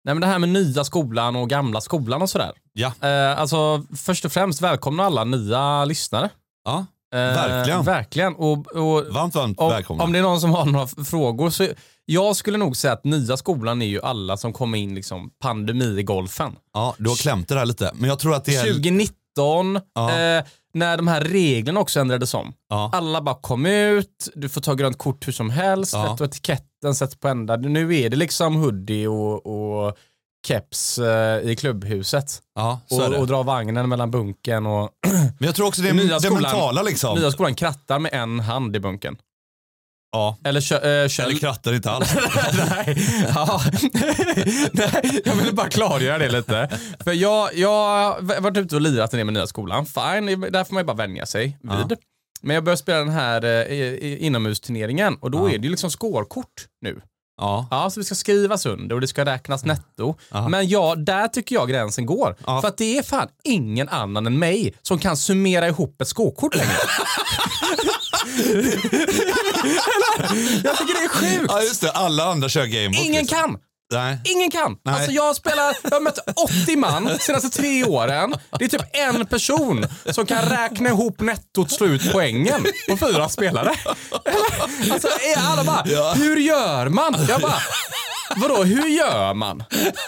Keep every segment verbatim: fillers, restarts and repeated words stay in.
Nej, men det här med nya skolan och gamla skolan och sådär. Ja. Eh, alltså, först och främst välkomna alla nya lyssnare. Ja, eh, verkligen. Verkligen. Och, och, varmt, varmt om, välkomna. om det är någon som har några frågor så jag skulle nog säga att nya skolan är ju alla som kommer in liksom pandemigolfen. Ja, du har klämt det här lite. Men jag tror att det är... tjugonitton, Ja. eh, när de här reglerna också ändrades om. Ja. Alla bara kom ut, du får ta grönt kort hur som helst, Ja. och etiketten sätts på ända. Nu är det liksom hoodie och, och keps eh, i klubbhuset. Ja, så och, är det. och dra vagnen mellan bunken och... Men jag tror också det är Nya det skolan- mentala liksom. Nya skolan krattar med en hand i bunken. Ja. Eller kö, äh, kö, Eller krattar inte alls. Nej, ja. Nej, jag vill bara klargöra det lite. För jag, jag har varit ute och lirat ner med nya skolan. Fine, där får man ju bara vänja sig vid. Ja. Men jag börjar spela den här eh, inomhusturneringen och då Ja. är det ju liksom scorekort nu. Ja. Ja, så vi ska skrivas under och det ska räknas netto. Aha. Men ja, där tycker jag gränsen går. Ja. För att det är fan ingen annan än mig som kan summera ihop ett skåkort längre. Jag tycker det är sjukt. Ja, just det. Alla andra kör Gamebook. Ingen liksom. kan. Nej. Ingen kan. Nej. Alltså jag spelar, jag har mött åttio man de senaste tre åren. Det är typ en person som kan räkna ihop nettot, slå ut poängen på fyra spelare. Alltså är alla bara, Ja. hur gör man? Jag bara, vadå, hur gör man?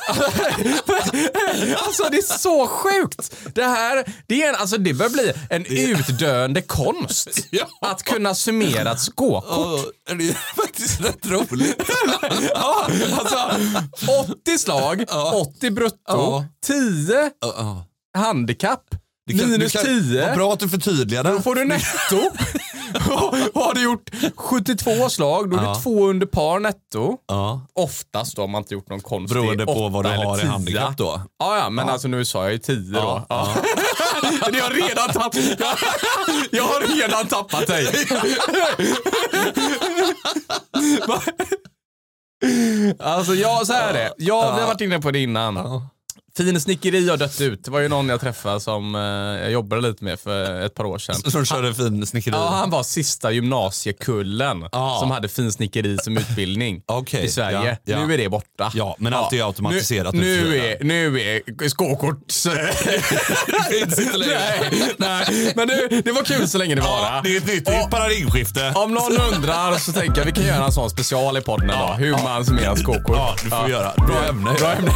Alltså det är så sjukt. Det här, det, är en, alltså, det bör bli en utdöende konst. Ja. Att kunna summera ett skåkort. Ja, det är faktiskt rätt roligt. Ja, alltså åttio slag, Ja. åttio brutto, Ja. tio Ja, ja. handikapp, Du kan- minus du kan- tio. Vad bra att du förtydligade. Då får du netto. Och har du gjort sjuttiotvå slag, då är Ja. det två under par netto. Ja. Oftast då har man inte gjort någon konstig Beroende på vad du åtta eller har i tia. handikapp då. Ja, ja, men alltså nu sa jag ju tio då. Ja. Ja. Det har redan tappat. Jag, jag har redan tappat dig. Alltså jag, så här är det. Jag, vi har varit inne på det innan. Ja. Fin snickeri har dött ut. Det var ju någon jag träffade som eh, jag jobbade lite med för ett par år sedan. Som körde fin snickeri. Ja, han var sista gymnasiekullen Ja. som hade fin snickeri som utbildning Okej, i Sverige. ja, ja. Nu är det borta. Ja, men allt är ju automatiserat. Nu, nu för nu, tiden. är, nu är skåkorts... finns inte längre. nej, nej, men nu, det var kul så länge det var. Ja, det är ett nytt det är ett paradigmskifte. Om någon undrar så tänker jag vi kan göra en sån special i podden idag. Hur man summerar skåkort. Ja, det får vi göra. Bra ämne. Bra ämne.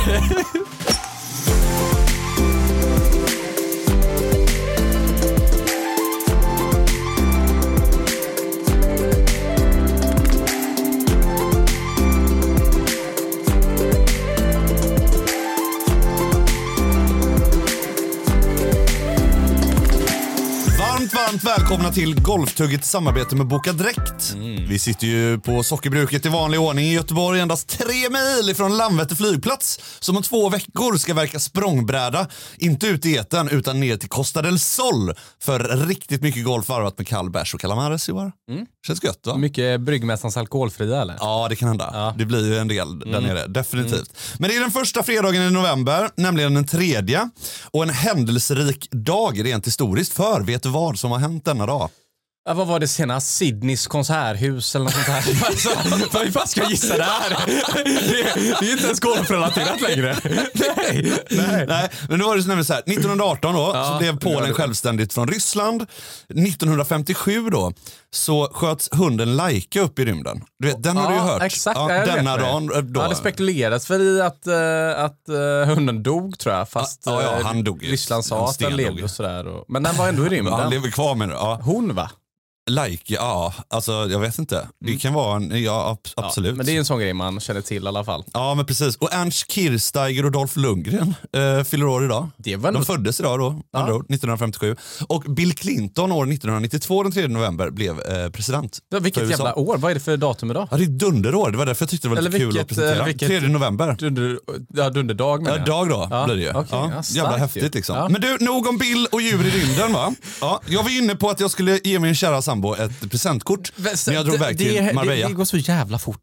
Varmt, varmt välkomna till Golftuggets samarbete med Boka Direkt. Mm. Vi sitter ju på Sockerbruket i vanlig ordning i Göteborg, endast tre mil ifrån Landvetter flygplats, som om två veckor ska verka språngbräda, inte ut i etern utan ner till Costa del Sol för riktigt mycket golf varvat med kall bärs och calamares i år. Mm. Känns gött va? Mycket Bryggmästarens alkoholfria eller? Ja, det kan hända. Ja. Det blir ju en del där nere, definitivt. Men det är den första fredagen i november, nämligen den tredje. Och en händelserik dag rent historiskt, för vet du vad som har hänt denna dag? Ja, vad var det senast? Sydneys konserthus eller något sånt här. Alltså, vad fan ska jag gissa det här? Det, det är inte ens golfrelaterat längre. Nej, nej. Nej, men då var det så nämligen så här, nittonhundraarton då, Ja, så blev det var Polen det. självständigt från Ryssland. nittonhundrafemtiosju då, så sköts hunden Laika upp i rymden. Du vet, den har du ju hört. Exakt, ja, jag vet denna det. dagen då. Ja, det spekuleras för i att, uh, att uh, hunden dog tror jag. Fast Ja, ja, eh, han dog ju. Ryssland sa Han att den stendog. levde och sådär. Och, men den var ändå i rymden. Han lever kvar med det. Ja. Hon va? Laika, ja, alltså jag vet inte. Det kan vara en, ja ab- absolut. Ja, men det är en sån grej man känner till i alla fall. Ja, men precis. Och Ernst Kirchsteiger och Dolph Lundgren eh, fyller år idag. Det var De nog... föddes idag då, Ja. andra ord, nittonhundrafemtiosju. Och Bill Clinton år nittonhundranittiotvå, den tredje november, blev eh, president. Ja, vilket för U S A. jävla år. Vad är det för datum idag? Ja, det är ett dunderår. Det var därför jag tyckte det var lite Eller kul att vilket, presentera. eh, vilket- tredje november. Dunder, ja, dunderdag menar Ja, jag. dag då Ja, blir det ju. okej. Ja, Ja, starkt jävla ju. häftigt liksom. Ja. Men du, nog om Bill och djur i rymden va? Ja, jag var inne på att jag skulle ge min kära sambo ett presentkort. Men jag drog iväg till det, Marbella. det, det går så jävla fort nu.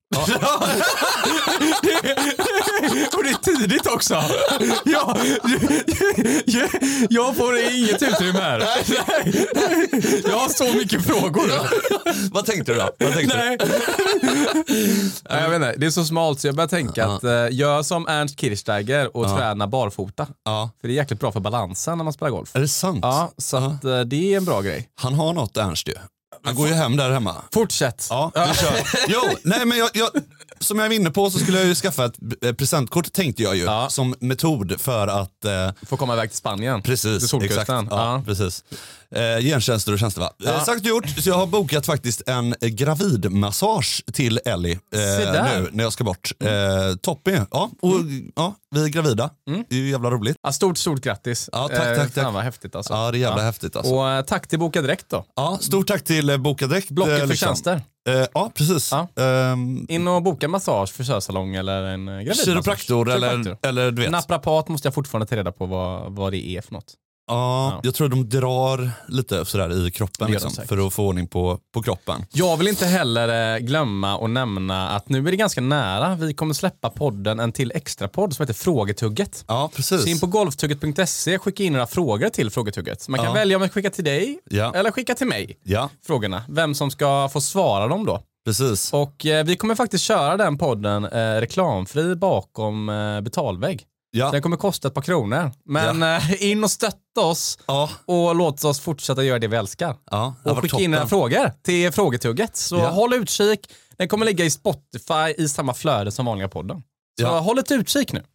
Och det är tidigt också. Ja, jag, jag får inget utrymme här. Jag har så mycket frågor. Vad tänkte du då? Vad tänkte Nej. du? Nej, jag vet inte, det är så smalt så jag börjar tänka ja. att uh, gör som Ernst Kirchsteiger och ja. träna barfota. Ja. För det är jäkligt bra för balansen när man spelar golf. Är det sant? Ja, så ja. att, uh, det är en bra grej. Han har något Ernst ju. Han går ju hem där hemma. Fortsätt. Ja, vi kör. Jo, nej men jag, jag, som jag var inne på så skulle jag ju skaffa ett presentkort tänkte jag ju ja. som metod för att eh, få komma iväg till Spanien. Precis, till exakt. Ja, ja. precis. Eh, gentjänster och tjänster va? Ja. Eh, sagt och gjort, så jag har bokat faktiskt en gravidmassage till Ellie eh, nu när jag ska bort. Mm. Eh, Toppy, ja, och mm. ja, vi är gravida. Mm. Det är ju jävla roligt. Ja, stort, stort grattis. Ja, tack, tack, tack. Fan vad häftigt alltså. Ja, det är jävla ja. häftigt alltså. Och eh, tack till Boka Direkt då. Ja, stort tack till eh, Boka Direkt. Blocket för liksom. tjänster. Uh, ja, precis. Ja. Um, In och boka massage, frisörsalong eller en gravidmassage. Kiropraktor eller, eller du vet. Naprapat måste jag fortfarande ta reda på vad, vad det är för något. Ja, ja, jag tror de drar lite sådär i kroppen liksom, för att få ordning på, på kroppen. Jag vill inte heller glömma och nämna att nu är det ganska nära. Vi kommer släppa podden, en till extra podd som heter Frågetugget. Ja, precis. Så in på golftugget punkt se, skicka in några frågor till Frågetugget. Man kan ja. välja om att skicka till dig ja. eller skicka till mig. Ja. Frågorna. Vem som ska få svara dem då. Precis. Och eh, vi kommer faktiskt köra den podden eh, reklamfri bakom eh, betalvägg. Ja. Den kommer kosta ett par kronor. Men ja. eh, in och stötta oss ja. och låt oss fortsätta göra det vi älskar. Ja, och skicka in era frågor till Frågetugget. Så ja. håll utkik. Den kommer ligga i Spotify i samma flöde som vanliga podden. Så ja. håll ett utkik nu.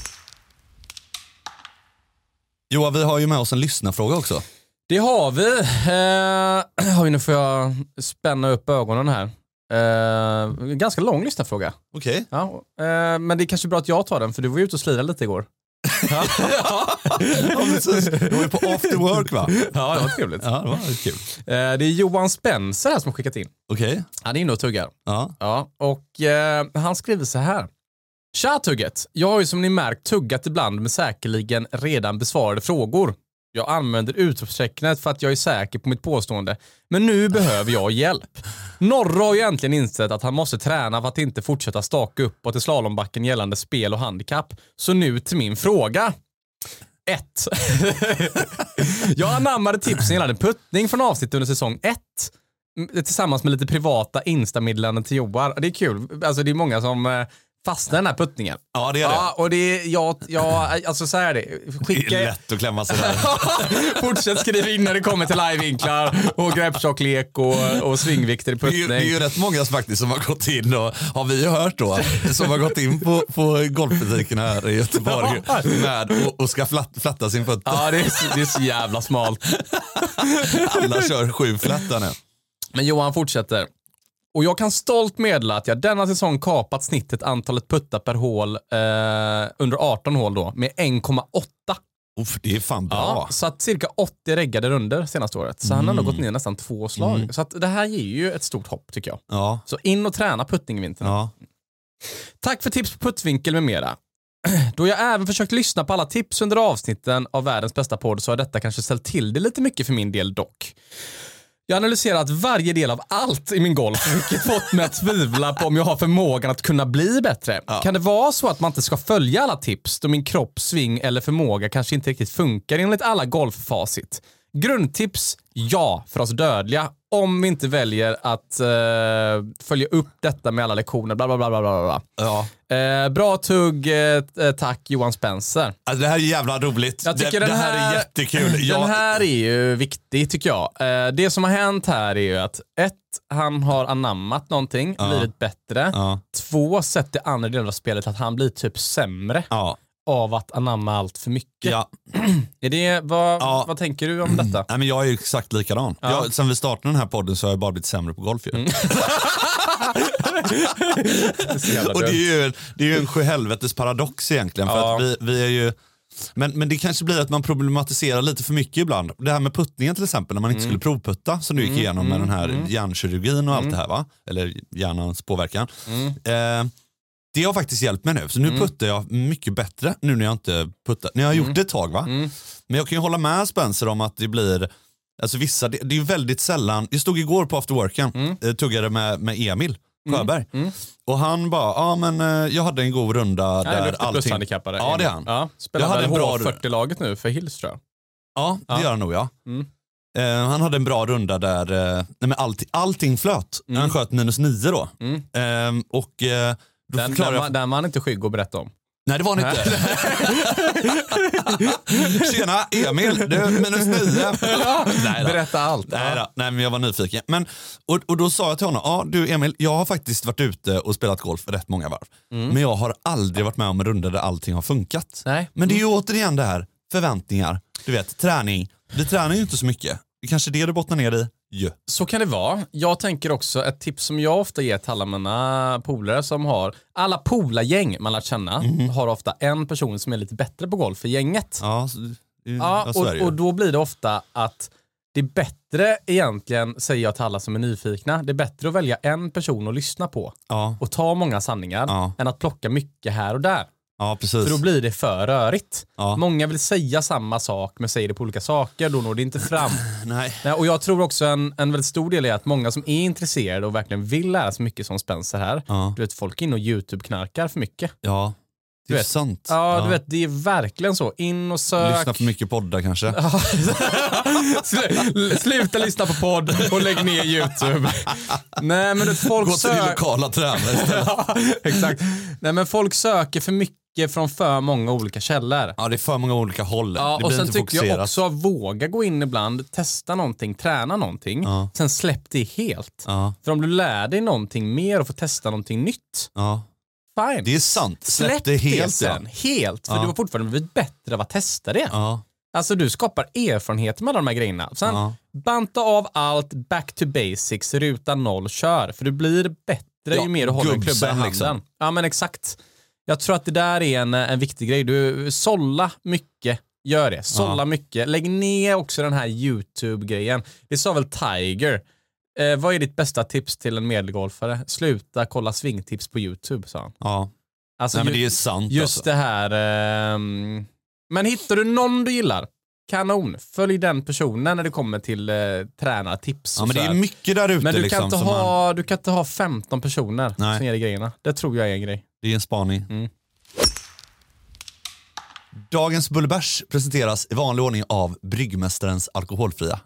Joa, vi har ju med oss en lyssnarfråga också. Det har vi. Eh, nu får jag spänna upp ögonen här. Uh, ganska lång lyssnarfråga. Okej. Okay. Ja, uh, men det är kanske bra att jag tar den, för du var ju ute och slira lite igår. ja, precis. Du var ju på after work va? Ja, det var trevligt. Ja, det var kul. Uh, det är Johan Spencer här som har skickat in. Okej. Okay. Han är inne och tuggar. Ja. Ja, och uh, han skriver så här. Tja tugget, jag har ju som ni märkt tuggat ibland med säkerligen redan besvarade frågor. Jag använder utropstecknet för att jag är säker på mitt påstående. Men nu behöver jag hjälp. Norra har ju äntligen insett att han måste träna för att inte fortsätta staka uppåt i slalombacken gällande spel och handikapp. Så nu till min fråga. ett. Jag anammade tipsen gällande puttning från avsnitt under säsong ett. Tillsammans med lite privata instameddelanden till Johan. Det är kul. Alltså det är många som fastnar den här puttningen. Ja, det är det. Ja, och det är, ja, ja, alltså så här är det. Skicka... Det är lätt att klämma sig där. Fortsätt skriva in när det kommer till livevinklar och grepptjocklek och, och svingvikter i puttning. Det är, det är ju rätt många faktiskt som har gått in och har vi ju hört då, som har gått in på, på golfbutiken här i Göteborg med och, och ska flatt, flatta sin fötter. Ja, det är, det är så jävla smalt. Alla kör sju flättar nu. Men Johan fortsätter. Och jag kan stolt meddela att jag denna säsong kapat snittet antalet puttar per hål eh, under arton hål då med en komma åtta. Uff, det är fan bra. Ja, så att cirka åttio reggade runder senaste året. Så mm. han har nog gått ner nästan två slag. Mm. Så att det här ger ju ett stort hopp tycker jag. Ja. Så in och träna puttning i vintern. Ja. Tack för tips på puttvinkel med mera. Då jag även försökt lyssna på alla tips under avsnitten av världens bästa podd så har detta kanske ställt till det lite mycket för min del dock. Jag har analyserat varje del av allt i min golf, vilket fått mig att tvivla på om jag har förmågan att kunna bli bättre. Ja. Kan det vara så att man inte ska följa alla tips då min kropp, sving eller förmåga kanske inte riktigt funkar enligt alla golffacit? Grundtips, ja, för oss dödliga. Om vi inte väljer att uh, följa upp detta med alla lektioner, bla bla bla bla bla. Ja. Uh, bra tugg, uh, tack Johan Spencer. Alltså, det här är jävla roligt. Jag tycker det, den det här, här är jättekul. Den jag... här är ju viktig tycker jag. Uh, det som har hänt här är ju att ett, han har anammat någonting, ja. blivit bättre. Ja. Två, sett det andra delen av spelet att han blir typ sämre. Ja. Av att anamma allt för mycket. Ja. Är det, vad, ja. vad tänker du om detta? Nej, men jag är ju exakt likadan. Ja. Jag, sen vi startade den här podden så har jag bara blivit sämre på golf. Mm. det och det är ju, det är ju en sjuhelvetes paradox egentligen. För ja. att vi, vi är ju, men, men det kanske blir att man problematiserar lite för mycket ibland. Det här med puttningen till exempel, när man inte mm. skulle provputta som du gick igenom mm. med den här mm. hjärnkirurgin och allt mm. det här va? Eller hjärnans påverkan. Mm. Eh, Det har faktiskt hjälpt mig nu. Så nu mm. puttar jag mycket bättre nu när jag inte puttar. När jag har gjort mm. det ett tag va? Mm. Men jag kan ju hålla med Spencer om att det blir, alltså vissa, det, det är ju väldigt sällan. Jag stod igår på afterworken, mm. tuggade med, med Emil. Sjöberg. Mm. Mm. Och han bara, ja men eh, jag hade en god runda Han är där duktig allting... plushandikappare. Ja, det är han. Ja, spelar Jag hade väl en bra- H fyrtio-laget nu för Hills, tror jag. Ja, det Ja. gör han nog, ja. Mm. Eh, han hade en bra runda där eh, nej, men allting, allting flöt. Mm. Han sköt minus nio då. Mm. Eh, och eh, då Den, förklarar den, jag... den var han inte skygg att berätta om. Nej, det var han inte. Tjena, Emil, du, minus nio. Nej, då. Berätta allt. Nej, då. Nej, men jag var nyfiken. Men, och, och då sa jag till honom, ja du Emil, jag har faktiskt varit ute och spelat golf rätt många varv. Mm. Men jag har aldrig varit med om en runda där allting har funkat. Nej. Men det är ju återigen det här, förväntningar, du vet, träning. Vi tränar ju inte så mycket. Det är kanske det du bottnar ner i. Yeah. Så kan det vara. Jag tänker också, ett tips som jag ofta ger till alla mina polare som har, alla polargäng man lärt känna, Mm. har ofta en person som är lite bättre på golf i gänget. Ja, så, Ja, ja, så är det och, ju. och då blir det ofta att det är bättre egentligen, säger jag till alla som är nyfikna, det är bättre att välja en person att lyssna på Ja, och ta många sanningar Ja. än att plocka mycket här och där. ja, precis. För då blir det för rörigt. Ja. Många vill säga samma sak men säger det på olika saker, då når det inte fram. Nej. Nej, och jag tror också en, en väldigt stor del är att många som är intresserade och verkligen vill lära sig mycket som Spencer här, Ja. du vet, folk in och YouTube-knarkar för mycket. Ja, det är vet. sant. Ja, du vet, det är verkligen så. In och sök. Lyssna på mycket poddar kanske. Sl- Sluta lyssna på podd och lägg ner YouTube. Nej, men det, folk Gå till din söker... lokala tränare istället. Ja, exakt. Nej, men folk söker för mycket från för många olika källor. Ja, det är för många olika håll. Ja, det och blir sen inte tycker jag fokuserat. också att våga gå in ibland, testa någonting, träna någonting, Ja. sen släpp det helt. Ja, För om du lär dig någonting mer och får testa någonting nytt, ja. fine. Det är sant. Släpp, Släpp det helt. sen, helt. För Ja. du har fortfarande blivit bättre av att testa det. Ja. Alltså du skapar erfarenhet med alla de här grejerna. Sen Ja. banta av allt, back to basics, ruta noll, kör. För du blir bättre Ja, ju mer du håller en klubba i gubbsen, handen. liksom. Ja, men exakt. Jag tror att det där är en, en viktig grej. Du sålla mycket, gör det. Sålla Ja. mycket. Lägg ner också den här YouTube-grejen. Det sa väl Tiger. Eh, vad är ditt bästa tips till en medelgolfare? Sluta kolla svingtips på YouTube, sa han. Ja. Alltså, Nej, men ju- det är sant. Just alltså. det här. ehm, men hittar du någon du gillar, kanon. Följ den personen när det kommer till eh, tränartips. Ja, och men det så är här. mycket där ute Men du, liksom, kan inte som man, ha, du kan inte ha femton personer Nej. som ger dig grejerna. Det tror jag är en grej. det är en spaning. Mm. Dagens Bullebärs presenteras i vanlig ordning av Bryggmästarens alkoholfria.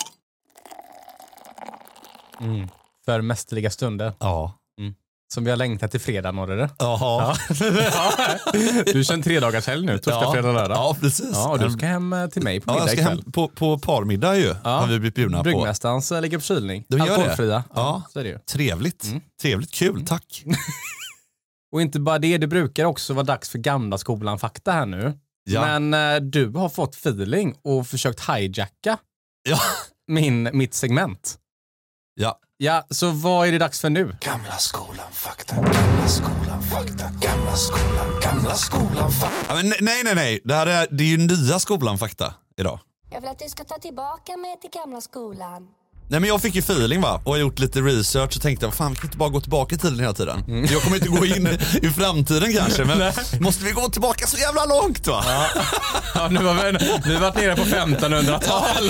För mästerliga stunder. Ja. Som vi har längtat till fredag, norrare. Jaha. Ja. Du kör en tre dagars helg nu, torsdag, Ja. fredag, lördag. Ja, precis. Ja, och du ska hem eh, till mig på Ja, middag jag ska ikväll. hem på, på parmiddag ju. Har vi blivit bjudna på. Bryggmästarens eh, ligger på kylning. De gör det. Alkoholfria. Ja. Så är det ju. Trevligt. Mm. Trevligt, kul, tack. Och inte bara det, det brukar också vara dags för gamla skolan fakta här nu. Ja. Men eh, du har fått feeling och försökt hijacka Ja. min, mitt segment. Ja. Ja, så vad är det dags för nu? Gamla skolan fakta, gamla skolan fakta, gamla skolan, gamla skolan fakta. Ja, men nej, nej, nej. Det här är, det är ju nya skolan fakta idag. Jag vill att du ska ta tillbaka mig till gamla skolan. Nej, men jag fick ju feeling va och har gjort lite research och tänkte, fan vi kan inte bara gå tillbaka i tiden hela tiden. Mm. Jag kommer inte gå in i framtiden kanske, men måste vi gå tillbaka så jävla långt va? Ja, ja nu har vi, vi har varit nere på femtonhundratal.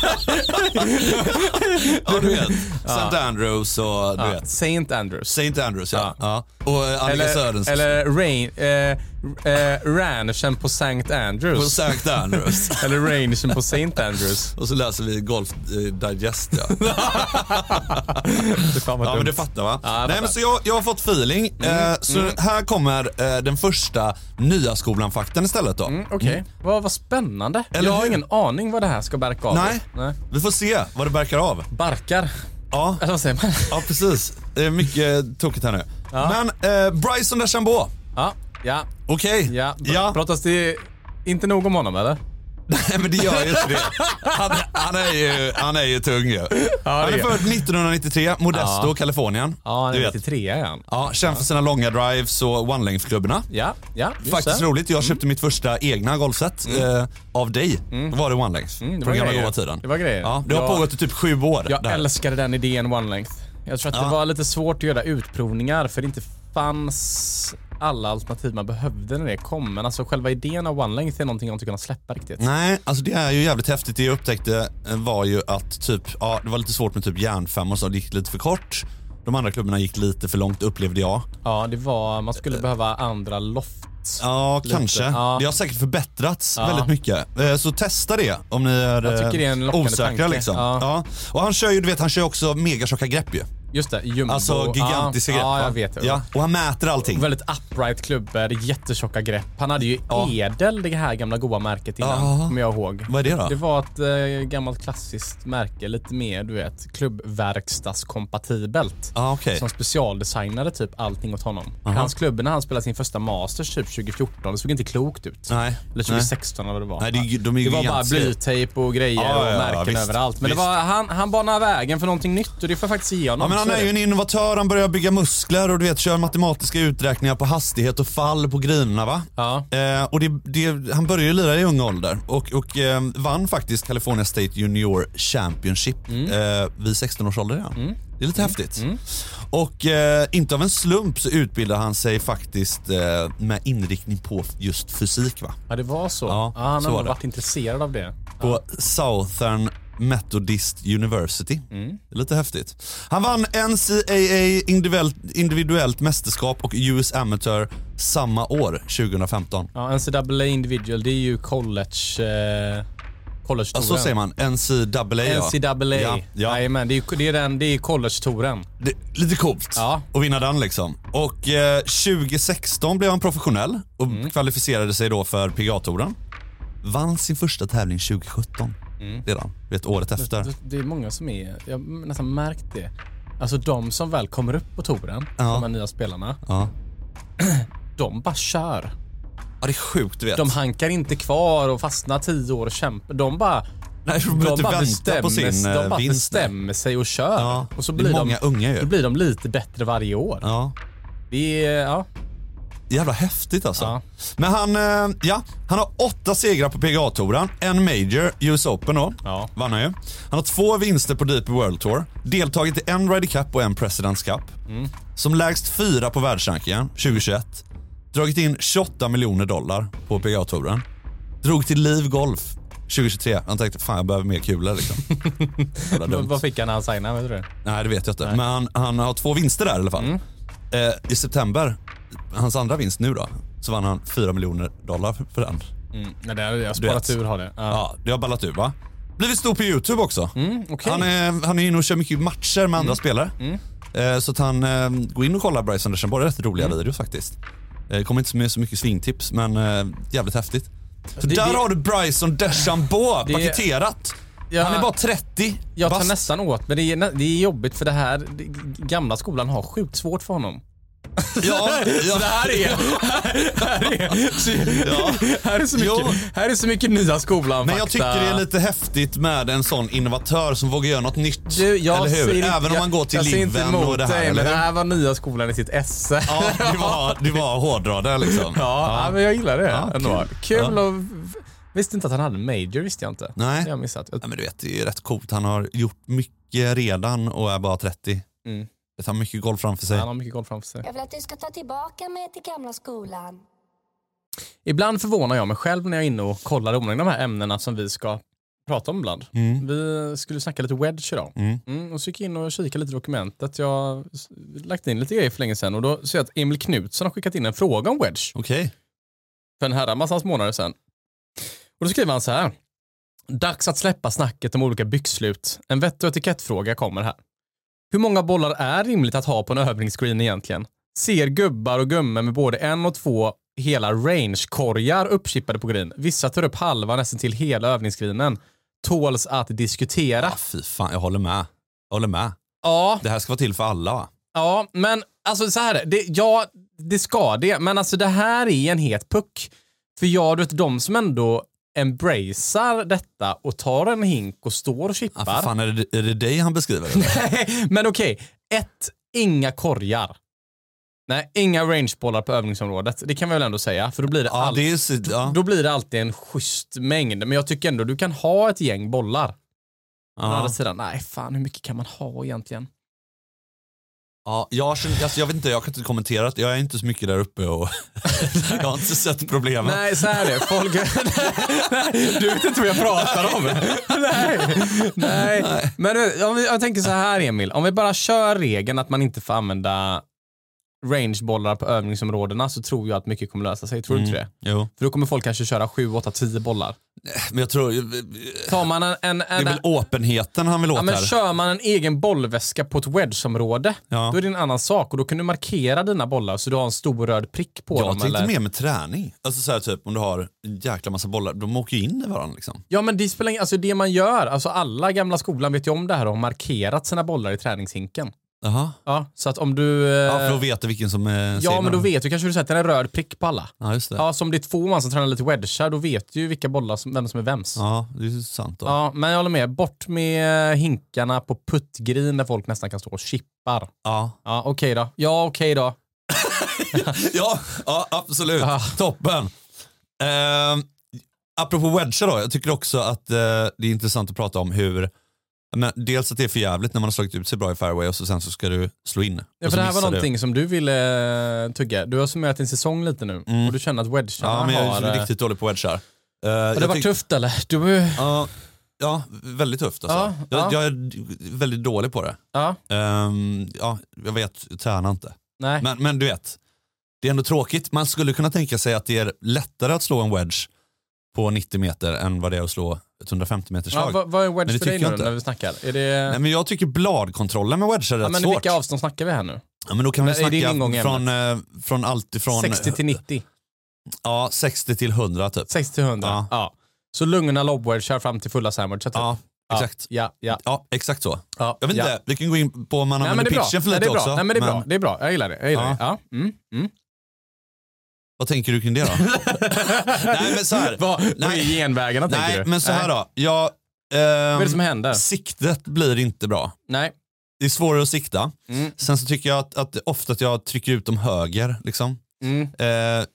Ja, du vet. Saint Andrews och du Ja, vet. Saint Andrews. Saint Andrews, ja. Ja. ja. Och eh, Annika Eller, Söderns eller rain, eh, eh, ranchen på Saint på Andrews. Saint Andrews. Eller rangen på Saint Andrews. Och så läser vi Golf eh, Digest, ja. Det fan vad Ja, men dumt. du fattar va? Ja, jag Nej, fattar. men så jag, jag har fått feeling. Eh, så här kommer eh, den första nya skolan-fakten istället då. Mm, Okej, vad, vad spännande. Eller jag har hur? ingen aning vad det här ska barka av. Nej. Nej. Vi får se vad det verkar av. Barkar. Ja, Eller vad säger man? ja precis. Det är mycket tokigt här nu. Ja. Men eh, Bryson DeChambeau, Ja, ja, okej. ja. ja. Pratas det inte nog om honom eller? Nej, men det gör ju inte det. Han, han, är ju, han är ju tung ju. Han är det är- född nittonhundranittiotre, Modesto, Ja. Kalifornien. Ja, han Du är vet. nittiotre är han. Ja, känd för sina långa drives och one-length-klubborna. Ja, ja. just Faktiskt det. roligt, jag köpte mitt första egna golfset eh, av dig. Då var det one-length. Mm, det på var den gamla grejer. goda tiden. Det var grejer. Ja, det har Jag- pågått i typ sju år. Jag det här. älskade den idén one length. Jag tror att Ja. det var lite svårt att göra utprovningar för det inte fanns alla alternativ man behövde när det kom. Men alltså själva idén av one length är någonting jag inte kunnat släppa riktigt. Nej, alltså det är ju jävligt häftigt. Det jag upptäckte eh, var ju att typ, ja, det var lite svårt med typ järnfem och så, det gick lite för kort. De andra klubbarna gick lite för långt, upplevde jag. Ja, det var, man skulle behöva andra loft. Ja, lite. kanske. Ja. Det har säkert förbättrats Ja. väldigt mycket. Eh, Så testa det om ni är, Jag tycker det är en lockande osäkra tanke. liksom. Ja. Ja. Och han kör ju, du vet, han kör också megatjocka grepp ju. Just det, jumbo. Alltså gigantiska ja, grepp. Ja, va? jag vet det. Ja. Och han mäter allting. Väldigt upright klubbor, jättetjocka grepp. Han hade ju Ja. Edel, det här gamla goa märket innan, Ja. kommer jag ihåg. Vad är det då? Det var ett eh, gammalt klassiskt märke, lite mer, du vet, klubbverkstadskompatibelt. Ja, okej. Som specialdesignade typ allting åt honom. Aha. Hans klubb när han spelade sin första Masters typ tjugo fjorton, det såg inte klokt ut. Nej. Eller tjugo sexton eller vad det var. Nej, det, är- de är ju Det var bara gigantiska. blytejp och grejer Ja, och ja, ja, märken visst, överallt. Men det visst. var, han, han banar vägen för någonting nytt och det får jag faktiskt ge honom. Ja, men han Så är ju en innovatör, han börjar bygga muskler och du vet, kör matematiska uträkningar på hastighet och fall på grinerna, va? Ja. Eh, och det, det, han började ju lira i ung ålder och, och eh, vann faktiskt California State Junior Championship Mm. eh, vid sexton års ålder. Ja. Det är lite häftigt. Och eh, inte av en slump så utbildar han sig faktiskt eh, med inriktning på just fysik, va? Ja, det var så. Ja, Ja, han så har var det. varit intresserad av det. På Southern Methodist University. Mm. Det är lite häftigt. Han vann N C A A individuellt, individuellt mästerskap och U S Amateur samma år, tjugo femton. Ja, N C A A Individual, det är ju college... Eh, college Ja, så säger man. N C A A, ja. N C A A. Ja, ja. Jajamän, det är, det är, den, det är college-touren. Det, lite coolt Ja. att vinna den liksom. Och eh, tjugo sexton blev han professionell och Mm. kvalificerade sig då för P G A-touren. Vann sin första tävling tjugo sjutton. Mm. Redan, vet året efter. Det, det är många som är, jag har nästan märkt det. Alltså de som väl kommer upp på touren, Ja. de här nya spelarna, Ja. de bara kör. Ja, det är sjukt, du vet. De hankar inte kvar och fastnar tio år och kämpar. De bara, Nej, de de behöver inte bara, vänta bestämmer, på sin de eh, bara vinst. bestämmer sig och kör. Ja, Och så det blir är många de, unga ju. Då blir de lite bättre varje år. Ja. Det är, ja. Jävla häftigt alltså. Ja. Men han, eh, ja, han har åtta segrar på P G A-touren, en Major, U S Open då, Ja. vann han ju. Han har två vinster på D P World Tour, deltagit i en Ryder Cup och en Presidents Cup. Mm. Som lägst fyra på världsrankingen tjugo tjugoett. Dragit in tjugoåtta miljoner dollar på P G A-touren. Drog till Liv Golf tjugo tjugotre. Han tänkte, fan jag behöver mer kulor liksom. Jävla dumt. Vad fick han när han signade, vet du det? Nej, det vet jag inte. Men han, han har två vinster där i alla fall. Mm. Eh, I september, hans andra vinst nu då, så vann han fyra miljoner dollar för, för den. Mm. Nej, det har jag Du sparat vet. ur har det. Ja. Ja, det har ballat ur, va? Blivit stor på YouTube också. Mm, okej. Han är, han är inne och kör mycket matcher med andra spelare. Mm. Eh, så att han eh, går in och kollar Bryson DeChambeau. Det är rätt roliga Mm. videos faktiskt. Eh, kommer inte med så mycket svingtips, men eh, jävligt häftigt. Så Det- där det- har du Bryson DeChambeau Det- paketerat. Ja, Han är bara trettio. jag tar bast. nästan åt, men det är, det är jobbigt för det här, det, gamla skolan har sjukt svårt för honom. Ja, ja. Så det här är, här är, så, Ja. här är så mycket, Jo. här är så mycket nya skolan Men jag fakta. tycker det är lite häftigt med en sån innovatör som vågar göra något nytt. Du, jag eller hur? säger inte- Även om man går till jag, jag säger inte Liven emot och det här, dig, eller men det hur? här var nya skolan i sitt esse. Ja, det var, det var hårdra liksom. Ja, ja, men jag gillar det Ja, ändå. kul. Kul Ja. och visste inte att han hade major, visste jag inte. Nej. Det har jag missat. Ja, men du vet, det är rätt coolt. Han har gjort mycket redan och är bara trettio. Mm. Det har mycket golf framför sig. Han har mycket golf framför sig. Jag vill att du ska ta tillbaka mig till gamla skolan. Ibland förvånar jag mig själv när jag är inne och kollar om de här ämnena som vi ska prata om ibland. Mm. Vi skulle snacka lite wedge idag. Mm. Mm, och så gick jag in och kikade lite i dokumentet. Jag har s- lagt in lite grejer för länge sedan och då ser jag att Emil Knutsson har skickat in en fråga om wedge Okej. för en herra massans månader sedan. Och då skriver han så här. Dags att släppa snacket om olika byxslut. En vett- och etikettfråga kommer här. Hur många bollar är rimligt att ha på en övningsscreen egentligen? Ser gubbar och gummor med både en och två hela range-korgar uppchippade på green. Vissa tar upp halva nästan till hela övningsscreenen. Tåls att diskutera. Ja, fy fan, jag håller med. Jag håller med. Ja, Det här ska vara till för alla, va? ja, men alltså så här är det. det. Ja, det ska det. Men alltså det här är en het puck. För jag vet de som ändå embracear detta och tar en hink och står och Ja, chippar. för fan, är det, är det dig han beskriver? Eller? Men okej, ett, inga korgar. Nej, inga rangebollar på övningsområdet. Det kan vi väl ändå säga. För då blir det, Ja, all... det är, så- ja. då blir det alltid en schysst mängd. Men jag tycker ändå du kan ha ett gäng bollar. Å andra Ja. sidan, nej fan hur mycket kan man ha egentligen? Ja, jag, känner, alltså jag vet inte, jag kan inte kommentera det. Jag är inte så mycket där uppe och jag har inte sett problemen. Nej, så här är det. Folk... nej, du vet inte vad jag pratar om. nej, nej. nej. Men om vi, jag tänker så här, Emil. Om vi bara kör regeln att man inte får använda rangebollar på övningsområdena, så tror jag att mycket kommer lösa sig. Tror du mm. inte det? Jo. För då kommer folk kanske köra sju, åtta, tio bollar. Men jag tror... Tar man en, en, en, det är väl öppenheten han vill åt ja, men här. kör man en egen bollväska på ett wedge-område, ja. då är det en annan sak. Och då kan du markera dina bollar så du har en stor röd prick på jag dem. Jag tänkte eller... mer med träning. Alltså så här, typ, om du har en jäkla massa bollar, de åker ju in i varandra liksom. Ja, men det spelar ingen... Alltså det man gör, alltså alla gamla skolan vet ju om det här och har markerat sina bollar i träningshinken. Jaha. Ja, så att om du... Ja, för att veta vilken som är... Ja, men då vet du kanske du sätter en röd prick på alla. Ja, just det. Ja, som det är två man som tränar lite wedgar, då vet du ju vilka bollar som, vem som är vems. Ja, det är sant då. Ja, men jag håller med. Bort med hinkarna på puttgrin där folk nästan kan stå och chippar. Ja. Ja, okej okay då. Ja, okej okay då. ja, ja, absolut. Ja. Toppen. Eh, apropå wedgar då, jag tycker också att eh, det är intressant att prata om hur... Men dels att det är för jävligt när man har slagit ut sig bra i fairway och så sen så ska du slå in. Ja, för det här var någonting du. som du ville tugga. Du har summerat din säsong lite nu mm. och du känner att wedgarna ja, men jag är har... riktigt dålig på wedgar. Uh, har det varit tufft eller? Du... Uh, ja, väldigt tufft alltså. Ja, jag, ja. jag är väldigt dålig på det. Ja, um, ja jag vet, jag tränar inte. Nej. Men, men du vet, det är ändå tråkigt. Man skulle kunna tänka sig att det är lättare att slå en wedge på nittio meter än vad det är att slå ett hundrafemtio meters slag. Ja, vad, vad är wedge men för dig nu när vi snackar? Är det... Nej, men jag tycker bladkontrollen med wedge är ja, rätt men svårt. Vilka avstånd snackar vi här nu? Ja, men då kan vi snacka från, eh, från allt ifrån... sextio till nittio? Ja, sextio till hundra typ. sextio till hundra, ja. ja. Så lugna lobwedgar fram till fulla sandwich. Ja, exakt. Ja, ja. Ja, exakt så. Ja, jag vet ja. inte, vi kan gå in på om man använder pitchen för lite Nej, det är också. bra. Nej, men det är men... bra. Det är bra. Jag gillar det. Jag gillar ja. det. Ja. Mm, mm. Vad tänker du kring det då? Nej, men så här. Vad, vad är genvägarna, tänker Nej, du? men så här då. Jag, ehm, vad är det som händer? Siktet blir inte bra. Nej. Det är svårare att sikta. Mm. Sen så tycker jag att, att ofta att jag trycker ut dem höger. Liksom. Mm. Eh,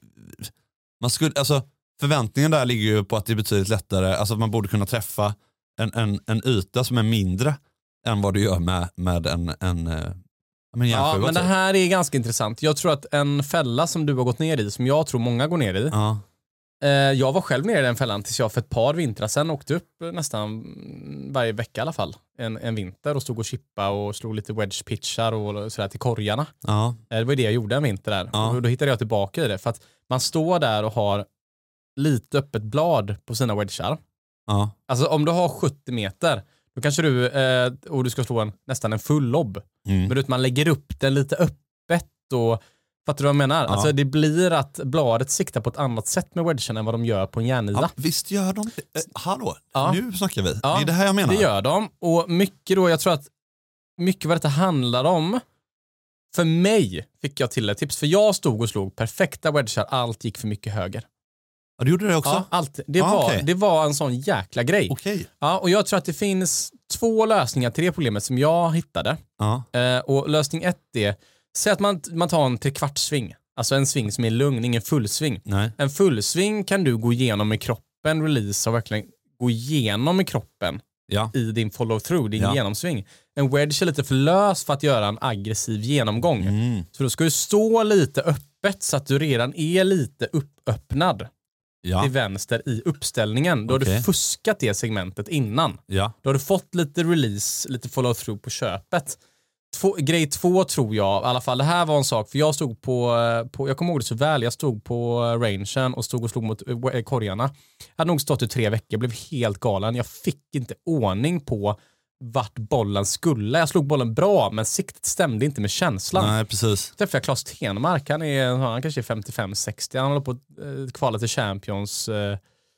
man skulle, alltså, förväntningen där ligger ju på att det är betydligt lättare. Alltså att man borde kunna träffa en, en, en yta som är mindre än vad du gör med, med en... en Men ja, men det här är ganska intressant. Jag tror att en fälla som du har gått ner i, som jag tror många går ner i. Ja. Eh, jag var själv nere i den fällan tills jag för ett par vintrar sen åkte upp nästan varje vecka i alla fall. En, en vinter och stod och chippa och slog lite wedge pitchar och sådär till korgarna. Ja. Eh, det var det jag gjorde en vinter där. Ja. Och då hittade jag tillbaka i det. För att man står där och har lite öppet blad på sina wedgar. Ja. Alltså om du har sjuttio meter, då kanske du, eh, och du ska slå en, nästan en full lobb. Mm. Men man lägger upp den lite öppet och fattar du vad jag menar? Ja. Alltså det blir att bladet siktar på ett annat sätt med wedgen än vad de gör på en järnida. Ja, visst gör de det. Eh, hallå, ja. nu snackar vi. Ja, det är det här jag menar. Det gör de. Och mycket då, jag tror att mycket vad detta handlar om, för mig fick jag till ett tips. För jag stod och slog perfekta wedgar, allt gick för mycket höger. Ja, du gjorde det också? Ja, allt. Det, ah, var, okay. det var en sån jäkla grej. Okay. Ja, och jag tror att det finns två lösningar till det problemet som jag hittade. Ja. Eh, och lösning ett är, säg att man, man tar en trekvartssving. Alltså en sving som är lugn, ingen fullsving. Nej. En fullsving kan du gå igenom i kroppen, release och verkligen gå igenom i kroppen ja. i din follow-through, din ja. genomsving. En wedge är lite för lös för att göra en aggressiv genomgång. Mm. Så då ska du stå lite öppet så att du redan är lite uppöppnad. Ja. Till vänster i uppställningen. Då okay. har du fuskat det segmentet innan. Ja. Då har du fått lite release, lite follow-through på köpet. Två, grej två tror jag, i alla fall det här var en sak, för jag stod på, på jag kommer ihåg det så väl, jag stod på rangen och stod och slog mot äh, korgarna. Jag hade nog stått i tre veckor, blev helt galen. Jag fick inte ordning på vart bollen skulle. Jag slog bollen bra, men siktet stämde inte med känslan. Nej, precis. Träffade jag Claes Tenmark, han, är, han kanske är femtiofem sextio, han håller på att eh, kvala till Champions eh,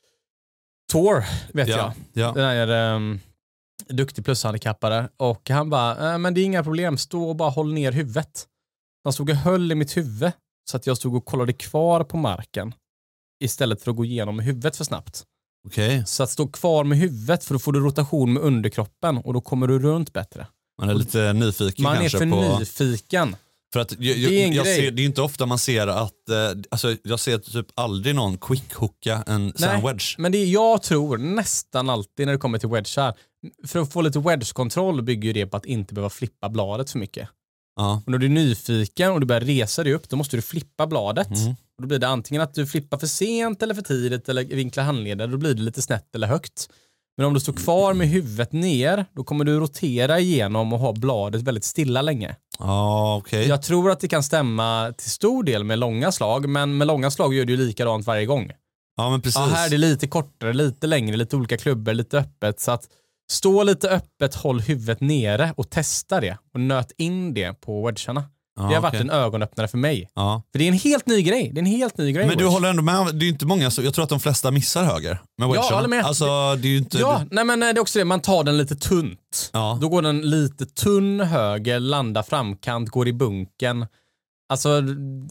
Tour, vet ja. jag. Ja. Den är um, duktig plushandikappare. Och han bara, äh, men det är inga problem, stå och bara håll ner huvudet. Han stod och höll i mitt huvud, så att jag stod och kollade kvar på marken istället för att gå igenom med huvudet för snabbt. Okay. Så att stå kvar med huvudet, för då får du rotation med underkroppen och då kommer du runt bättre. Man är lite nyfiken Man kanske. Man är för på... nyfiken. För att jag, jag, det, är jag ser, det är inte ofta man ser att, eh, alltså jag ser typ aldrig någon quick-hooka en sån wedge. Men det är, jag tror nästan alltid när det kommer till wedgar, för att få lite wedge-kontroll bygger ju det på att inte behöva flippa bladet för mycket. Ja. Och när du är nyfiken och du börjar resa dig upp, då måste du flippa bladet. Mm. Och då blir det antingen att du flippar för sent eller för tidigt eller vinklar handleder. Då blir det lite snett eller högt. Men om du står kvar med huvudet ner, då kommer du rotera igenom och ha bladet väldigt stilla länge. Ja, okej. Okay. Jag tror att det kan stämma till stor del med långa slag, men med långa slag gör du ju likadant varje gång. Ja, men precis. Ja, här är det lite kortare, lite längre, lite olika klubbor, lite öppet. Så att stå lite öppet, håll huvudet nere och testa det. Och nöt in det på wedgarna. Ja, det har varit okay. en ögonöppnare för mig. Ja. För det är en helt ny grej. Det är en helt ny grej. Men du wedge. håller ändå med, det är ju inte många, så jag tror att de flesta missar höger med wedgarna. Ja, håller med. Alltså, det är ju inte... Ja, nej men det är också det. Man tar den lite tunt. Ja. Då går den lite tunn höger, landar framkant, går i bunken. Alltså,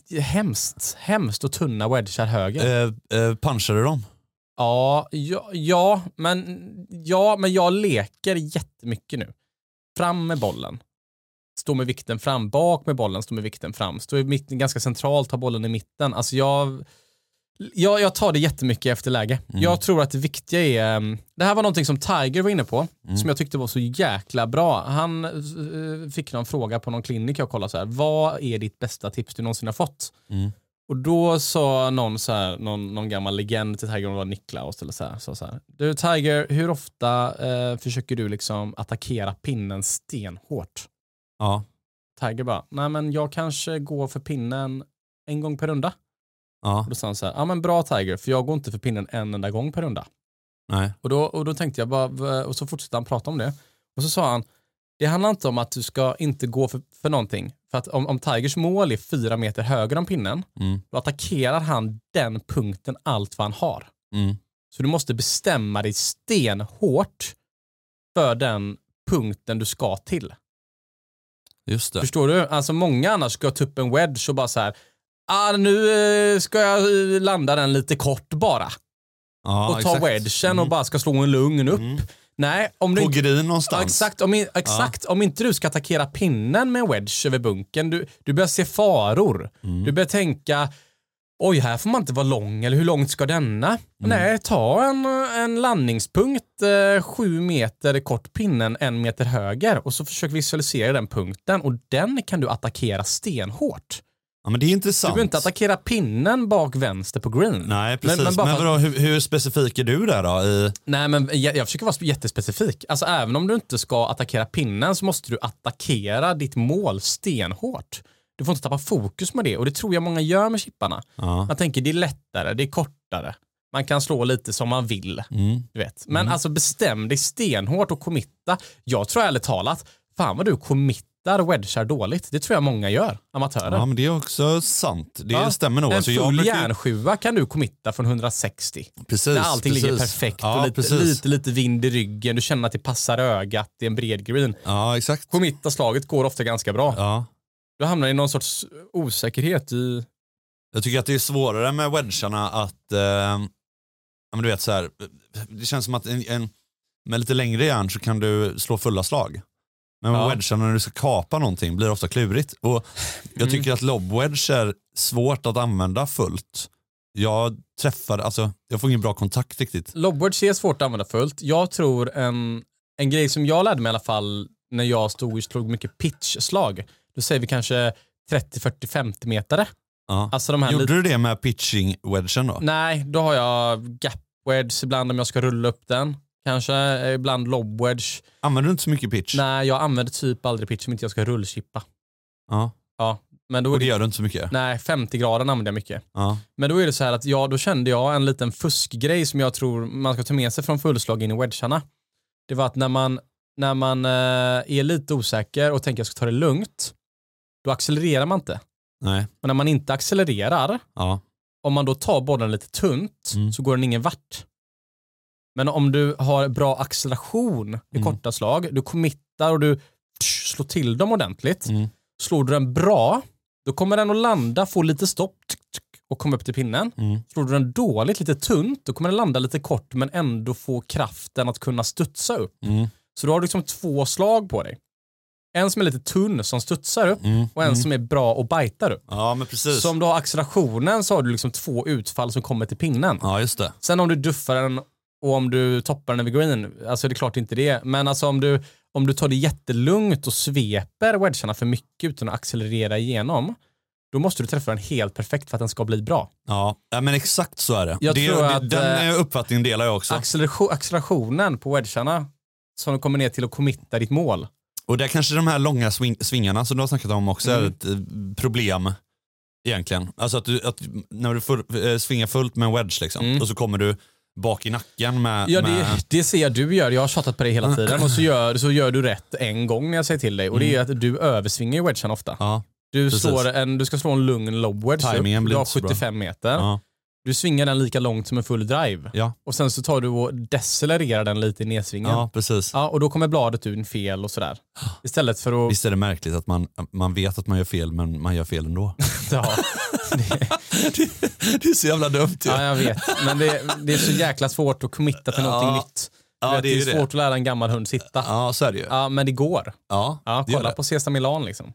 hemskt. Hemskt och tunna wedgar höger. Eh, eh, punchar du dem? Ja, ja, ja, men, ja, men jag leker jättemycket nu. Fram med bollen. Stå med vikten fram. Bak med bollen, stå med vikten fram. Stå i mitten, ganska centralt, ha bollen i mitten. Alltså jag, jag, jag tar det jättemycket efter läge. Mm. Jag tror att det viktiga är... Det här var någonting som Tiger var inne på, mm. som jag tyckte var så jäkla bra. Han uh, fick någon fråga på någon klinik jag kollade så här. Vad är ditt bästa tips du någonsin har fått? Mm. Och då sa någon så här, någon, någon gammal legend till Tiger, om det var Niklaus eller så här, så så här. Du Tiger, hur ofta eh, försöker du liksom attackera pinnen stenhårt? Ja. Tiger bara, nej men jag kanske går för pinnen en gång per runda. Ja. Och då sa han så här, ja men bra Tiger, för jag går inte för pinnen en enda gång per runda. Nej. Och då, och då tänkte jag bara, och så fortsatte han prata om det. Och så sa han, det handlar inte om att du ska inte gå för, för någonting. För att om, om Tigers mål är fyra meter högre än pinnen, mm. då attackerar han den punkten allt vad han har. Mm. Så du måste bestämma dig stenhårt för den punkten du ska till. Just det. Förstår du? Alltså många annars ska ta upp en wedge och bara så här, ah, nu ska jag landa den lite kort bara. Ja, och ta exakt. wedgen mm. och bara ska slå en lugn upp. Mm. Nej, om du på green någonstans. Ja, exakt, om, exakt. Ja. Om inte du ska attackera pinnen med wedge över bunken, du, du börjar se faror. Mm. Du börjar tänka, oj, här får man inte vara lång, eller hur långt ska denna? Mm. Nej, ta en, en landningspunkt eh, sju meter kort pinnen, en meter höger, och så försök visualisera den punkten, och den kan du attackera stenhårt. Ja, men det är intressant. Du behöver inte attackera pinnen bak vänster på green. Nej, precis. Men, men, men för... vadå, hur, hur specifik är du där då? I... Nej, men jag, jag försöker vara jättespecifik. Alltså även om du inte ska attackera pinnen så måste du attackera ditt mål stenhårt. Du får inte tappa fokus med det, och det tror jag många gör med chipparna. Ja. Man tänker det är lättare, det är kortare. Man kan slå lite som man vill. Mm. Du vet. Men mm. alltså bestäm dig stenhårt och committa. Jag tror ärligt talat, fan vad du committar wedgar dåligt. Det tror jag många gör, amatörer. Ja, men det är också sant. Det ja. stämmer nog. En alltså, full jag brukar... järnsjua kan du committa från hundrasextio. Precis. När allting precis. ligger perfekt ja, och lite, lite, lite vind i ryggen. Du känner att det passar ögat i en bred green. Ja, exakt. Committa slaget går ofta ganska bra. Ja. Du hamnar i någon sorts osäkerhet i... Jag tycker att det är svårare med wedgarna att... Eh, ja, men du vet så här, det känns som att en, en, med lite längre järn så kan du slå fulla slag. Men med ja. wedgarna när du ska kapa någonting blir det ofta klurigt. Och jag tycker mm. att lobwedge är svårt att använda fullt. Jag träffar, alltså jag får ingen bra kontakt riktigt. Lobwedge är svårt att använda fullt. Jag tror en, en grej som jag lärde mig i alla fall när jag stod och slog mycket pitchslag. Då säger vi kanske trettio, fyrtio, femtio metare. Ja. Alltså de här Gjorde lite... du det med pitching-wedgen då? Nej, då har jag gap-wedge ibland om jag ska rulla upp den. Kanske ibland lob-wedge. Använder du inte så mycket pitch? Nej, jag använder typ aldrig pitch om inte jag ska rullchippa. Ja. Ja. Men då och det gör du inte så mycket? Nej, femtio grader använder jag mycket. Ja. Men då är det så här att ja, då kände jag en liten fuskgrej som jag tror man ska ta med sig från fullslag in i wedgarna. Det var att när man, när man eh, är lite osäker och tänker jag ska ta det lugnt, då accelererar man inte. Nej. Men när man inte accelererar, ja. om man då tar bollen lite tunt mm. så går den ingen vart. Men om du har bra acceleration i mm. korta slag, du committar och du tsch, slår till dem ordentligt, mm. slår du den bra, då kommer den att landa, få lite stopp tsk, tsk, och komma upp till pinnen. Mm. Slår du den dåligt, lite tunt, då kommer den landa lite kort men ändå få kraften att kunna studsa upp. Mm. Så du har liksom två slag på dig. En som är lite tunn som studsar upp mm. och en mm. som är bra och bajtar upp. Ja, men precis. Så om du har accelerationen så har du liksom två utfall som kommer till pinnen. Ja, just det. Sen om du duffar den och om du toppar den över green, alltså det är klart inte det. Men alltså om du, om du tar det jättelugnt och sveper wedgarna för mycket utan att accelerera igenom, då måste du träffa den helt perfekt för att den ska bli bra. Ja, ja men exakt så är det. Jag det, tror det att, den uppfattningen delar jag också. Acceleration, accelerationen på wedgarna som kommer ner till att committa ditt mål. Och där kanske de här långa swing, svingarna som du har snackat om också mm. är ett eh, problem egentligen. Alltså att, du, att när du får, eh, svingar fullt med en wedge liksom, mm. och så kommer du bak i nacken med... Ja, med... Det, det ser jag du gör. Jag har tjatat på dig hela tiden och så gör, så gör du rätt en gång när jag säger till dig. Och det är att du översvingar ju wedgen ofta. Ja, du, slår en, du ska slå en lugn lob wedge upp, du har sjuttiofem meter. Ja. Du svingar den lika långt som en full drive. Ja. Och sen så tar du och decelererar den lite i nedsvingen. Ja, precis. Ja, och då kommer bladet ut fel och sådär. Istället för att... Visst är det märkligt att man, man vet att man gör fel, men man gör fel ändå. Ja. Det... det, det är så jävla dumt. Ja, ja jag vet. Men det, det är så jäkla svårt att committa till någonting ja. nytt. Ja, vet, det är, det är svårt det. att lära en gammal hund sitta. Ja, så är det ju. Ja, men det går. Ja, ja det kolla på Sesam Milan liksom.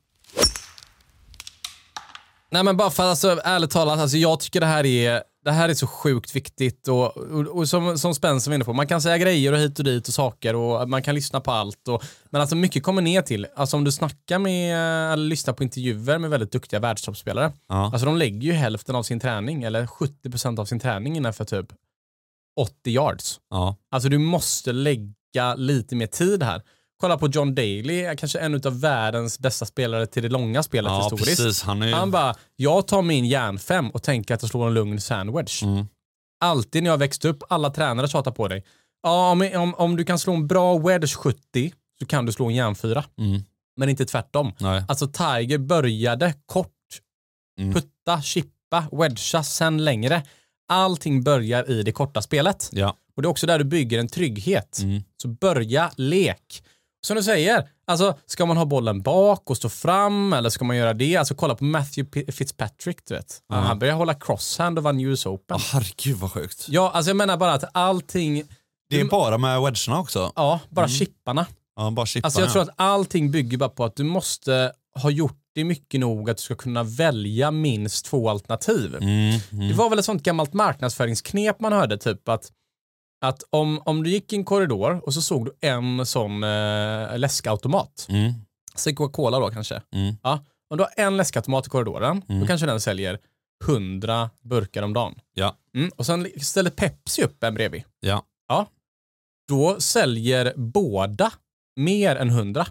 Nej men bara för alltså, ärligt talat, alltså, jag tycker det här är det här är så sjukt viktigt och, och, och som, som Spencer var inne på, man kan säga grejer och hit och dit och saker och man kan lyssna på allt och, men alltså mycket kommer ner till, alltså om du snackar med eller lyssnar på intervjuer med väldigt duktiga världstoppspelare, ja. Alltså de lägger ju hälften av sin träning eller sjuttio procent av sin träning innanför typ åttio yards. Ja. Alltså du måste lägga lite mer tid här. Kolla på John Daly, kanske en av världens bästa spelare till det långa spelet ja, historiskt. Precis. Han, är... Han bara, jag tar min järnfem och tänker att jag slår en lugn sandwich. Mm. Alltid när jag växt upp, alla tränare tjatar på dig. Ja, om, om, om du kan slå en bra wedge sjuttio så kan du slå en järnfyra. Mm. Men inte tvärtom. Nej. Alltså Tiger började kort, mm. putta, chippa, wedga, sen längre. Allting börjar i det korta spelet. Ja. Och det är också där du bygger en trygghet. Mm. Så börja lek. Som du säger, alltså ska man ha bollen bak och stå fram eller ska man göra det? Alltså kolla på Matthew Fitzpatrick, du vet. Mm. Han började hålla crosshand och vann U S Open. Oh, herregud vad sjukt. Ja, alltså jag menar bara att allting... Det är bara med wedgerna också. Ja, bara mm. chipparna. Ja, bara chipparna. Alltså jag tror att allting bygger bara på att du måste ha gjort det mycket nog att du ska kunna välja minst två alternativ. Mm. Mm. Det var väl ett sånt gammalt marknadsföringsknep man hörde, typ att Att om, om du gick i en korridor och så såg du en sån eh, läskautomat. Mm. Så Coca-Cola då kanske. Mm. Ja, om du har en läskautomat i korridoren, mm. då kanske den säljer hundra burkar om dagen. Ja. Mm. Och sen ställer Pepsi upp en bredvid. Ja. Ja. Då säljer båda mer än hundra.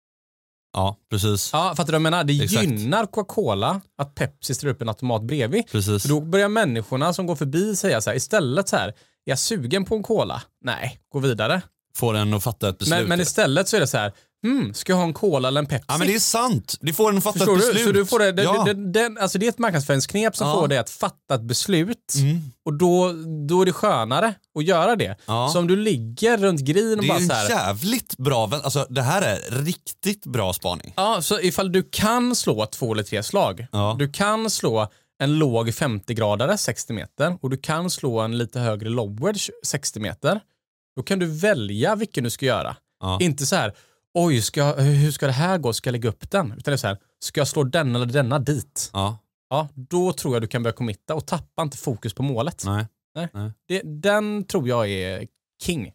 Ja, precis. Ja, fattar du vad jag menar? Det Exakt. gynnar Coca-Cola att Pepsi ställer upp en automat bredvid. Precis. Så då börjar människorna som går förbi säga så här, istället så här, är jag sugen på en cola? Nej, gå vidare. Får en att fatta ett beslut. Men, men istället så är det så här, hmm, ska jag ha en cola eller en Pepsi? Ja, men det är sant. Det får en att fatta Förstår ett du? beslut. Så du får det, det, ja. det, det, alltså det är ett marknadsföringsknep som ja. får dig att fatta ett beslut. Mm. Och då, då är det skönare att göra det. Ja. Så om du ligger runt green och det bara är ju så här, jävligt bra. Alltså det här är riktigt bra spaning. ja, så ifall du kan slå två eller tre slag. Ja. Du kan slå en låg femtio-gradare, sextio meter. Och du kan slå en lite högre lob wedge, sextio meter. Då kan du välja vilken du ska göra. Ja. Inte så här, oj, ska jag, hur ska det här gå? Ska jag lägga upp den? Utan det är så här, ska jag slå den eller denna dit? Ja. Ja, då tror jag du kan börja committa och tappa inte fokus på målet. Nej. Nej. Nej. Det, den tror jag är king.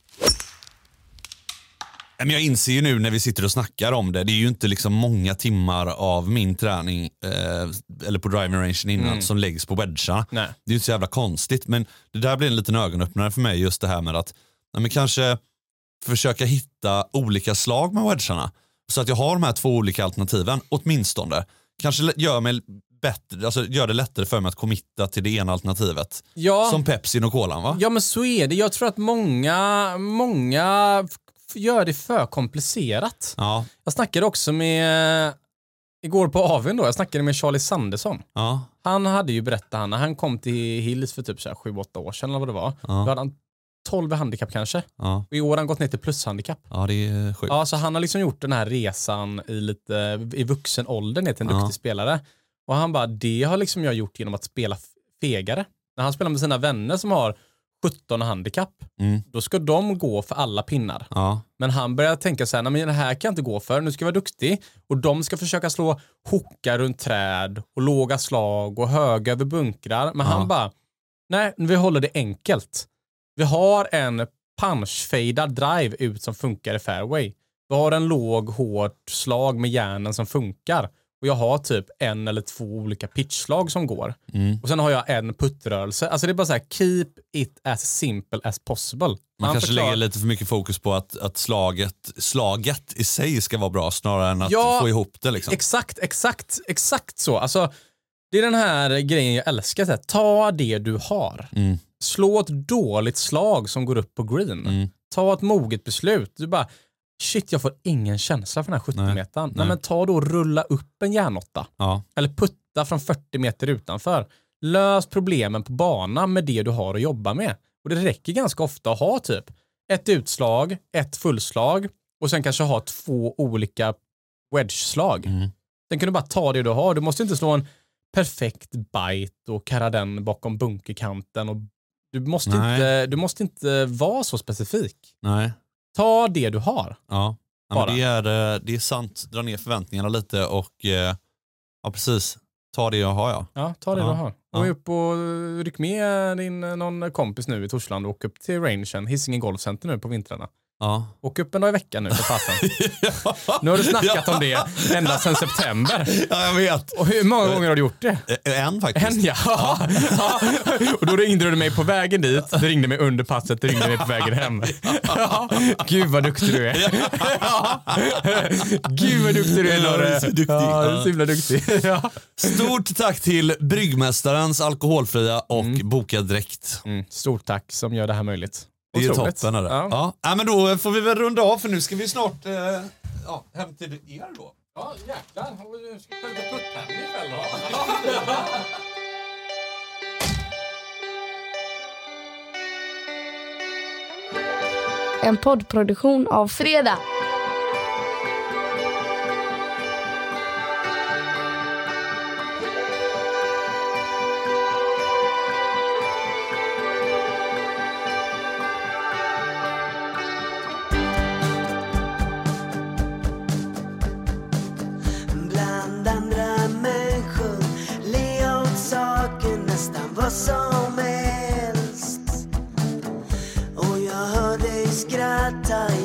Men jag inser ju nu när vi sitter och snackar om det, det är ju inte liksom många timmar av min träning eh, eller på driving range innan Mm. som läggs på wedgarna. Nej. Det är ju inte så jävla konstigt, men det där blir en liten ögonöppnare för mig, just det här med att ja, men kanske försöka hitta olika slag med wedgarna så att jag har de här två olika alternativen åtminstone. Kanske gör mig bättre, alltså gör det lättare för mig att committa till det ena alternativet. Ja. Som Pepsi och Cola, va? Ja, men så är det. Jag tror att många, många f- gör det för komplicerat. Ja. Jag snackade också med, igår på A V:n då, jag snackade med Charlie Sanderson. Ja. Han hade ju berättat, han, när han kom till Hills för typ så här sju åtta år sedan eller vad det var. Ja. Då hade han tolv handikapp kanske. Ja. Och i år har han gått ner till plushandikapp. Ja, det är sjukt. Ja, så han har liksom gjort den här resan i lite i vuxen ålder ner till en Ja. duktig spelare. Och han bara, det har liksom jag gjort genom att spela fegare. När han spelar med sina vänner som har sjutton handikapp, Mm. då ska de gå för alla pinnar. Ja. Men han börjar tänka så här, nej men det här kan jag inte gå för, nu ska jag vara duktig. Och de ska försöka slå hookar runt träd och låga slag och höga över bunkrar. Men Ja. han bara, nej, vi håller det enkelt. Vi har en punch-fadad drive ut som funkar i fairway. Du har en låg, hårt slag med järnen som funkar. Och jag har typ en eller två olika pitchslag som går. Mm. Och sen har jag en puttrörelse. Alltså det är bara så här, keep it as simple as possible. Man, Man kanske förklarar... lägger lite för mycket fokus på att, att slaget, slaget i sig ska vara bra snarare än att ja, få ihop det. Liksom. Exakt, exakt, exakt så. Alltså, det är den här grejen jag älskar. Så här, ta det du har. Mm. Slå ett dåligt slag som går upp på green. Mm. Ta ett moget beslut. Du bara, shit jag får ingen känsla för den här sjuttio metern. Nej. Nej men ta då och rulla upp en järnåtta. Ja. Eller putta från fyrtio meter utanför. Lös problemen på banan med det du har att jobba med. Och det räcker ganska ofta att ha typ ett utslag, ett fullslag och sen kanske ha två olika wedge-slag. Mm. Sen kan du bara ta det du har. Du måste inte slå en perfekt bite och karra den bakom bunkerkanten. Och du, måste inte, du måste inte vara så specifik. Nej. Ta det du har. Ja, ja men det, är, det är sant. Dra ner förväntningarna lite och eh, ja, precis. Ta det jag har, ja. Ja, ta det ja. du har. Ja. Och upp och ryck med din någon kompis nu i Torsland och åk upp till rangen, Hisingen Golfcenter nu på vintrarna. Ja. Åk upp en dag i veckan nu för fasen. ja. Nu har du snackat ja. om det ända sedan september. Ja, jag vet. Och hur många gånger har du gjort det? En faktiskt. En, ja. ja. ja. Och då ringde du mig på vägen dit. Du ringde mig under passet, du ringde mig på vägen hem. Ja. Gud vad duktig du är. Ja. Gud vad duktig du är, Norre. Ja, så duktig. Ja, du är så himla duktig. Ja. Stort tack till Bryggmästarens alkoholfria och mm. bokad dräkt. Mm. Stort tack som gör det här möjligt. Det är otroligt. Toppen. Är det? Ja. Ja. Ja, men då får vi väl runda av för nu ska vi snart eh, ja, hem till er då. Ja, jäklar. Har ska ta lite putthämning ikväll då. En poddproduktion av Fredag. Som helst. Och jag hör dig skratta